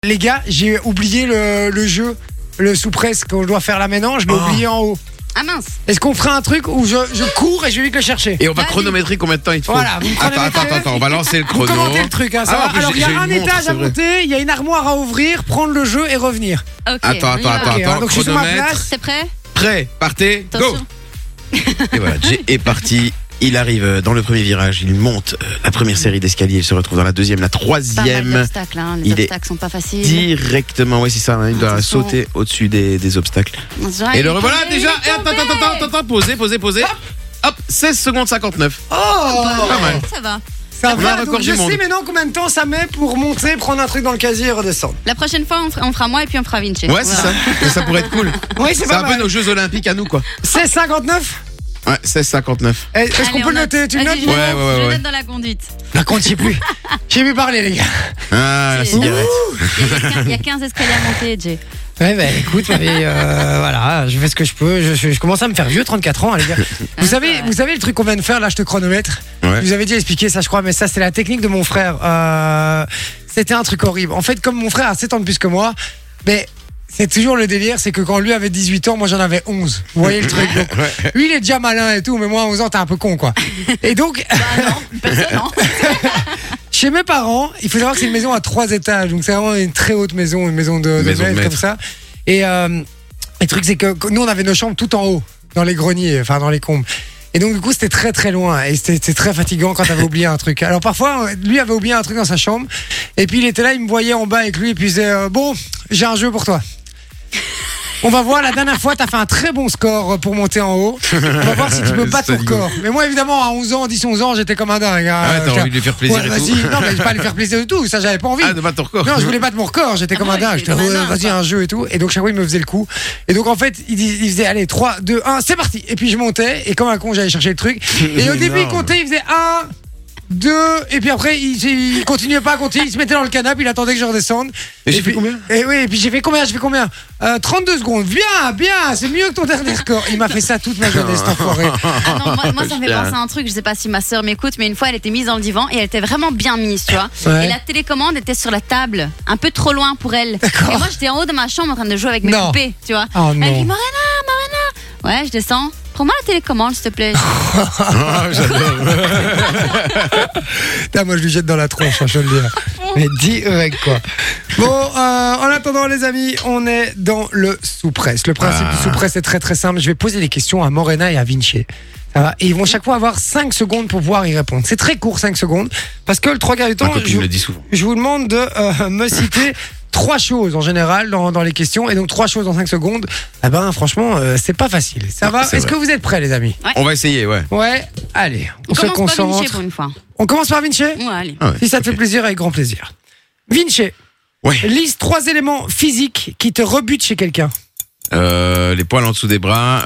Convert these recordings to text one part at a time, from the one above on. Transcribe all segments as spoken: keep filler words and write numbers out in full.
Les gars, j'ai oublié le, le jeu, le sous-presse qu'on doit faire là maintenant, je l'ai Oh. oublié en haut. Ah mince. Est-ce qu'on ferait un truc où je, je cours et je vais vite le chercher? Et on va Vas-y. chronométrer combien de temps il te faut. Voilà, vous me Attends, chronométrez. attends, attends, on va lancer le Vous chrono. commentez le truc, hein, ça Ah, va. en plus, Alors il y j'ai- a j'ai un une montre, étage c'est à vrai. monter, il y a une armoire à ouvrir, prendre le jeu et revenir. Ok. Attends, on y attends, va. attends, Ok, attends. donc je suis sur ma Chronomètre. place. T'es prêt? Prêt, partez, go. Attention. Et voilà, Jay est parti. Il arrive dans le premier virage, il monte euh, la première série d'escaliers, il se retrouve dans la deuxième, la Pas mal troisième. d'obstacles, hein. Les Il est obstacles sont pas faciles. Directement, ouais, c'est ça, hein, il doit Attention. sauter au-dessus des, des obstacles. Attention, Et il le est revoilà tombé, déjà. il Et est attends, tombé. attends, attends, attends, attends, posez, posez, posez. Hop, seize secondes cinquante-neuf. Oh Pas mal. Ça va. Ça On a va, un record donc du je monde. sais maintenant combien de temps ça met pour monter, prendre un truc dans le casier et redescendre. La prochaine fois, on fera, on fera moi et puis on fera Vinci. Ouais, c'est ça. Et ça pourrait être cool. Oui, c'est C'est pas un peu mal. nos Jeux Olympiques à nous, quoi. seize cinquante-neuf. Ouais, seize cinquanteneuf. Est-ce qu'on Allez, peut on le noter? note. Tu le Vas-y, notes? je Ouais, note, ouais, ouais, je ouais. note dans la conduite. La compte, je sais plus. J'ai vu parler, les gars. Ah, la C'est- cigarette. Il y a quinze- il y a quinze escaliers à monter, Jay. Ouais, bah écoute, mais, euh, voilà, je fais ce que je peux. Je, je- je commence à me faire vieux, trente-quatre ans, hein, les gars. Vous savez, ouais. vous savez le truc qu'on vient de faire, là, je te chronomètre. Ouais. Je vous avais déjà expliqué ça, je crois, mais ça, c'est la technique de mon frère. Euh, c'était un truc horrible. En fait, comme mon frère a sept ans de plus que moi, mais c'est toujours le délire, c'est que quand lui avait dix-huit ans, moi j'en avais onze. Vous voyez le truc? Donc, lui, il est déjà malin et tout, mais moi, à onze ans, t'es un peu con, quoi. Et donc, Bah non, personne, non. chez mes parents, il faut savoir que c'est une maison à trois étages, donc c'est vraiment une très haute maison, une maison de, de Maison de maître, maître. comme ça. Et euh, le truc, c'est que nous, on avait nos chambres tout en haut, dans les greniers, enfin dans les combles. Et donc, du coup, c'était très très loin et c'était c'était très fatigant quand t'avais oublié un truc. Alors, parfois, lui avait oublié un truc dans sa chambre, et puis il était là, il me voyait en bas avec lui, et puis il disait euh, bon, j'ai un jeu pour toi. On va voir, la dernière fois, t'as fait un très bon score pour monter en haut. On va voir si tu peux battre ton Soligo. record. Mais moi, évidemment, à onze ans, dix, onze ans, j'étais comme un dingue. hein. Ah ouais, t'as Euh, envie de lui faire plaisir ouais, et vas-y. tout. Non, mais j'ai pas lui faire plaisir du tout. Ça, j'avais pas envie. Ah, de battre ton record. Non, je voulais battre mon record, j'étais Ah comme bah un oui, dingue. t'es J'étais, ouais, malin, vas-y, quoi. un jeu et tout. Et donc, chaque fois, il me faisait le coup. Et donc, en fait, il, dis- il faisait, allez, trois, deux, un, c'est parti. Et puis, je montais. Et comme un con, j'allais chercher le truc. Et au début, il Énorme. comptait, il faisait un, deux. Et puis après, il, il continuait pas à compter. Il se mettait dans le canapé, il attendait que je redescende. Et j'ai puis, fait combien Et oui, et puis j'ai fait combien J'ai fait combien euh, trente-deux secondes. Bien, bien. C'est mieux que ton dernier record. Il m'a fait ça toute ma journée, cet enfoiré. Ah non, moi, moi, ça me fait Putain. penser à un truc, je sais pas si ma sœur m'écoute, mais une fois elle était mise dans le divan et elle était vraiment bien mise, tu vois. Ouais. Et la télécommande était sur la table, un peu trop loin pour elle. D'accord. Et moi j'étais en haut de ma chambre en train de jouer avec mes Non. poupées, tu vois. Oh Elle me dit non. Morena, Morena. Ouais, je descends. Prends-moi la télécommande, s'il te plaît. Ah, j'adore. Putain, moi je lui jette dans la tronche, hein, je te le dis. Mais direct quoi. Bon, euh, en attendant les amis, on est dans le sous-presse. Le principe Ah. du sous-presse est très très simple. Je vais poser des questions à Morena et à Vinci. Ça va. Et ils vont chaque fois avoir cinq secondes pour pouvoir y répondre. C'est très court, cinq secondes. Parce que le trois quarts du temps, Ma copine je, me le dit souvent. je vous demande de euh, me citer trois choses en général dans, dans les questions. Et donc trois choses en cinq secondes. Eh ben franchement, euh, c'est pas facile. Ça Non, va. c'est Est-ce vrai. que vous êtes prêts les amis? On va essayer, ouais. Ouais. Allez, on, On se commence par Vinci concentre. pour une fois. On commence par Vinci. Ouais, allez. Ah ouais, Si ça te ok. fait plaisir, avec grand plaisir. Vinci, Ouais. liste trois éléments physiques qui te rebutent chez quelqu'un. Euh, les poils en dessous des bras,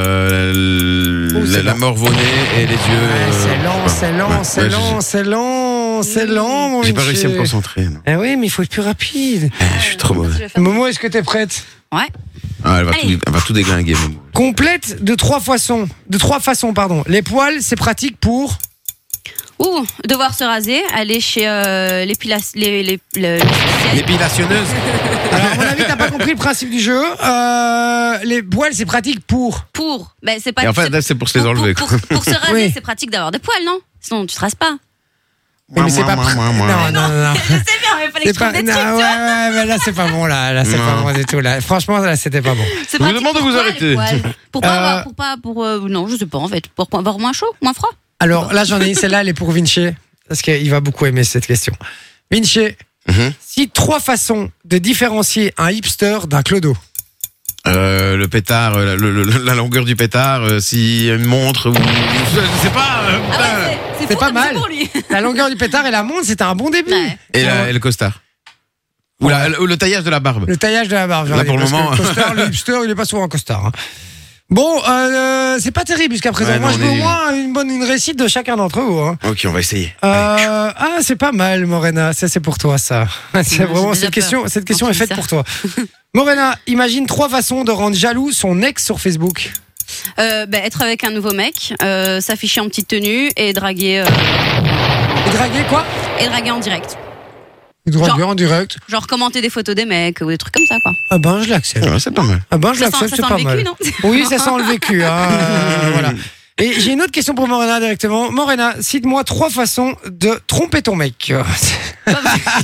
euh, Oh, c'est la, la lent. mort-au-nez et les yeux. Ouais, euh, c'est lent, ouais. c'est lent, Ouais, c'est ouais, lent, c'est lent, c'est lent, mon J'ai pas Vinci. réussi à me concentrer. non. Eh oui, mais il faut être plus rapide. Eh, je suis trop Moi, mauvais. je vais faire- Momo, est-ce que t'es prête? Ouais. Ah, elle, va tout, Allez. elle va tout déglinguer. Momo. Complète de trois façons. De trois façons, pardon. Les poils, c'est pratique pour. Ouh, devoir se raser, aller chez euh, l'épilac- les, les, le- l'esthéticienne. L'épilationneuse. Alors, à mon avis, t'as pas compris le principe du jeu. Euh, les poils, c'est pratique pour. Pour. Ben, c'est pas Et en fait, c'est- là, c'est pour se les pour- enlever. Pour, quoi. pour- pour se raser, Oui. c'est pratique d'avoir des poils, non? Sinon, tu te rases pas. Oui, mais c'est pas. Moi, pr- moi, moi, Non, moi. non, non, non. Je sais bien, mais fallait que C'est je pas. trouve des Non, trucs, ouais, tu vois. ouais, mais là, c'est pas bon, là. Là, c'est Non. pas bon du tout, là. Franchement, là, c'était pas bon. C'est Je vous pratique demande de pour vous quoi, arrêter. les poils Pour pas Euh, avoir, pour pas, pour, euh, non, je sais pas, en fait. Pour avoir moins chaud, moins froid. Alors là, j'en ai une, celle-là, elle est pour Vinci, parce qu'il va beaucoup aimer cette question. Vinci, Mhm. cite trois façons de différencier un hipster d'un clodo. Euh, le pétard, euh, le- le- la longueur du pétard, euh, si une montre ou je, je sais pas. euh, Ah putain. ouais, c'est, C'est fou, pas mais mal. c'est pour lui. La longueur du pétard et la montre, c'était un bon début. Ouais. et, la- et le costard. Ou, la- le, ou le taillage de la barbe. Le taillage de la barbe. j'en Là, ai, pour le parce que moment. Le, costard, le hipster, il est pas souvent en costard. hein. Bon, euh, c'est pas terrible jusqu'à présent. Ouais, Moi, non, je on veux au est- moins une bonne une réussite de chacun d'entre vous. hein. Ok, on va essayer. Euh, ah, c'est pas mal, Morena. Ça, c'est pour toi, ça. C'est j'ai vraiment déjà cette question. peur Cette quand question tu est dis faite ça. pour toi. Morena, imagine trois façons de rendre jaloux son ex sur Facebook. Euh, ben, être avec un nouveau mec, euh, s'afficher en petite tenue et draguer, euh, Et draguer quoi? et draguer en direct. Il te rend Genre- bien en direct. Genre commenter des photos des mecs ou des trucs comme ça, quoi. Ah ben, je l'accepte. Ouais, c'est pas mal. Ah ben, je Ça sent, l'accepte, ça c'est sent pas le mal. vécu, non? Oui, ça sent le vécu. Hein, euh, voilà. Et j'ai une autre question pour Morena directement. Morena, cite-moi trois façons de tromper ton mec. Et moi,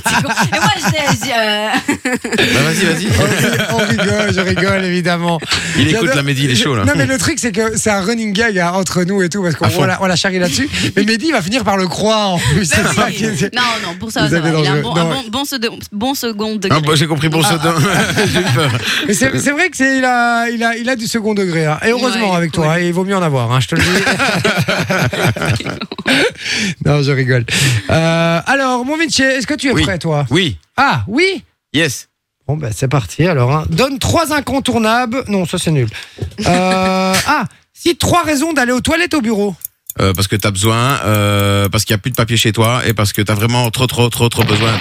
je dis, euh, Bah, vas-y, vas-y. On rigole, je rigole évidemment. Il écoute J'adore- la Mehdi, il est chaud là. Non mais le truc c'est que c'est un running gag hein, entre nous et tout parce qu'on À fond. on la, on la charrie là-dessus. Mais Mehdi va finir par le croire en plus. C'est bah ça oui. qui est- Non, non, pour ça, Vous ça avez va. Il a un dangereux. bon, Non, un ouais. bon, bon, second, bon second degré. Ah, bah, j'ai compris pour ce temps. J'ai eu peur. Mais c'est c'est vrai que c'est il a il a il a du second degré hein. Et heureusement Ouais, avec cool. toi, hein, il vaut mieux en avoir hein, je te le dis. Non, je rigole. Euh, alors mon Vinci, est-ce que tu es Oui. prêt toi? Oui, Ah, oui. yes. Bon ben c'est parti alors hein. Donne trois incontournables. Non, ça c'est nul. Euh, ah, cite trois raisons d'aller aux toilettes au bureau. Euh, parce que t'as besoin, euh, parce qu'il y a plus de papier chez toi et parce que t'as vraiment trop, trop, trop, trop besoin.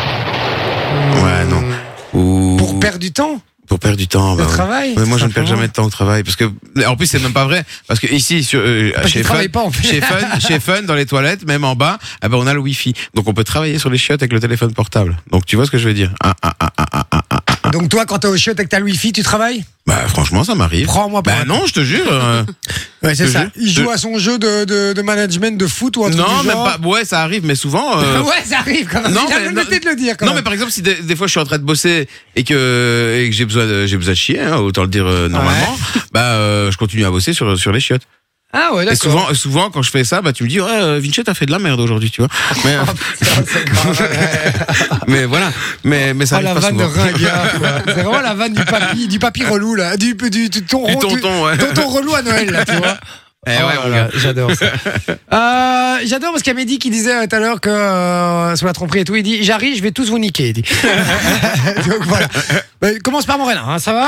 Ouais, non. Ou Pour perdre du temps pour perdre du temps. de bah, ouais. travail. Ouais, moi, je ne perds simplement. jamais de temps au travail parce que, en plus, c'est même pas vrai parce que ici, sur, euh, Parce chez qu'il Fun, travaille pas en fait. chez Fun, chez Fun, dans les toilettes, même en bas, eh ben, on a le Wi-Fi, donc on peut travailler sur les chiottes avec le téléphone portable. Donc, tu vois ce que je veux dire ah, ah, ah, ah, ah, ah, ah. Donc toi quand t'es au chiottes et que t'as le wifi, tu travailles? Bah, franchement, ça m'arrive. Prends-moi pour Bah un- non, je te jure. euh, Ouais, c'est Je te ça. jure. Il joue Je- à son jeu de, de, de management de foot ou un truc non, du même genre. pas. Ouais, ça arrive, mais souvent. euh, Ouais, ça arrive quand même. Non, J'avais mais- noté de le dire quand Non, mais même. par exemple, si des, des fois je suis en train de bosser et que, et que j'ai besoin de, j'ai besoin de chier, hein, autant le dire euh, normalement, bah euh, je continue à bosser sur sur les chiottes. Ah ouais, Et d'accord. souvent, souvent quand je fais ça, bah tu me dis ouais, euh, Vinci, t'as fait de la merde aujourd'hui, tu vois. Mais, Oh, putain, c'est grave. mais voilà, mais mais ça Oh, arrive la pas vanne souvent. de ringard, quoi. C'est vraiment la vanne du papy, du papy relou, là. Du, du, du, ton, Du tonton, ouais. tonton relou à Noël, là, tu vois. Eh ouais, Oh mon là là, gars. j'adore ça. Euh, j'adore parce qu'il y a Mehdi qui disait euh, tout à l'heure que euh, sur la tromperie et tout, il dit j'arrive, je vais tous vous niquer. Il dit. Donc voilà. Mais commence par Morena, hein, ça va?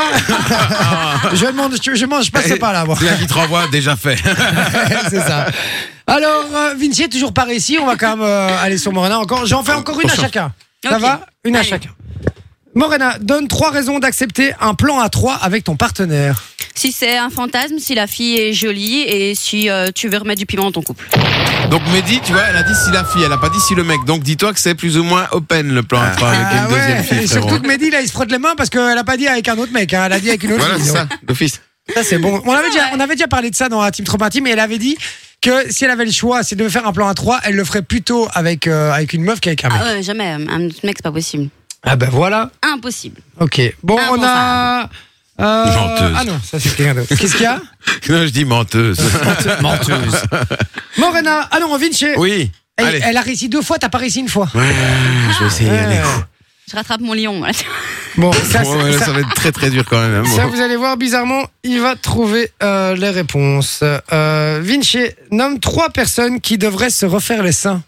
Je demande, je, je mange pas ce pas là, moi. C'est un qui te renvoie, déjà fait. C'est ça. Alors, euh, Vinci est toujours par ici. On va quand même euh, aller sur Morena encore. J'en fais encore une à chacun. Ça Ok. va? Une à Allez. chacun. Morena, donne trois raisons d'accepter un plan à trois avec ton partenaire. Si c'est un fantasme, si la fille est jolie et si euh, tu veux remettre du piment dans ton couple. Donc Mehdi, tu vois, elle a dit si la fille, elle a pas dit si le mec. Donc dis-toi que c'est plus ou moins open le plan à trois avec Ah une deuxième ouais. fille. Et frérot. surtout que Mehdi, là, il se frotte les mains parce qu'elle a pas dit avec un autre mec. Hein. Elle a dit avec une autre Voilà, fille. c'est donc. ça, d'office. Ça, c'est bon. On avait, C'est déjà, vrai. on avait déjà parlé de ça dans la team trop intime et elle avait dit que si elle avait le choix, c'est de faire un plan à trois, elle le ferait plutôt avec, euh, avec une meuf qu'avec un mec. Ah ouais, jamais. Un autre mec, c'est pas possible. Ah ben voilà. Impossible. Ok. Bon, on a. euh, Menteuse. Ah non, ça c'est quelqu'un d'autre. Qu'est-ce qu'il y a? Non, je dis menteuse. Menteuse. Morena, ah non, Vinci. Oui. Elle, Allez. elle a réussi deux fois, t'as pas réussi une fois. Ouais, je vais essayer. Allez. Je rattrape mon lion. Voilà. Bon, ça, Ouais, ouais, là, ça- ça va être très très dur quand même. hein, ça, bon. vous allez voir, bizarrement, il va trouver euh, les réponses. Euh, Vinci, nomme trois personnes qui devraient se refaire les seins.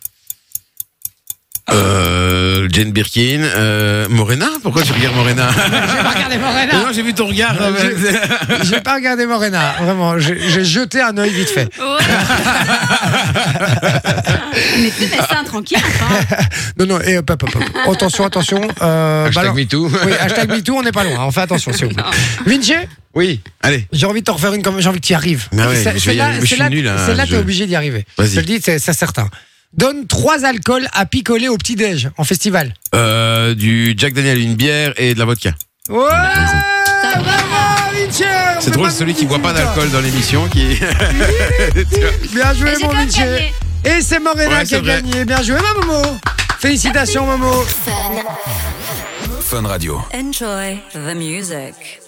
Euh, Jane Birkin, euh, Morena. Pourquoi tu regardes Morena? J'ai pas regardé Morena. Non, j'ai vu ton regard. Non, euh, J'ai pas regardé Morena, vraiment. J'ai j'ai jeté un œil vite fait. Ouais. mais tu mais ça, tranquille. Enfin. Non, non, et hop, hop, hop. hop. Attention, attention. Euh, Hashtag balance- MeToo. Oui, hashtag MeToo, on n'est pas loin. On fait attention, s'il vous plaît. Vinci, Oui, allez. j'ai envie de t'en refaire une comme j'ai envie que tu y arrives. Ah ouais, C'est- je vais y celle-là, aller, mais je suis celle-là, nul, hein, celle-là, je- t'es obligé d'y arriver. Vas-y. Je te le dis, c'est c'est certain. Donne trois alcools à picoler au petit-déj en festival. Euh, du Jack Daniel, une bière et de la vodka. Ouais, Ça va. bravo, Vinci. On C'est fait drôle, pas de celui qui boit pas musique, d'alcool dans l'émission qui. Bien joué, Et j'ai mon quand même Vinci. gagné. Et c'est Morena Ouais, qui a c'est vrai. gagné. Bien joué, ma Momo. Félicitations, Momo. Fun Radio. Enjoy the music.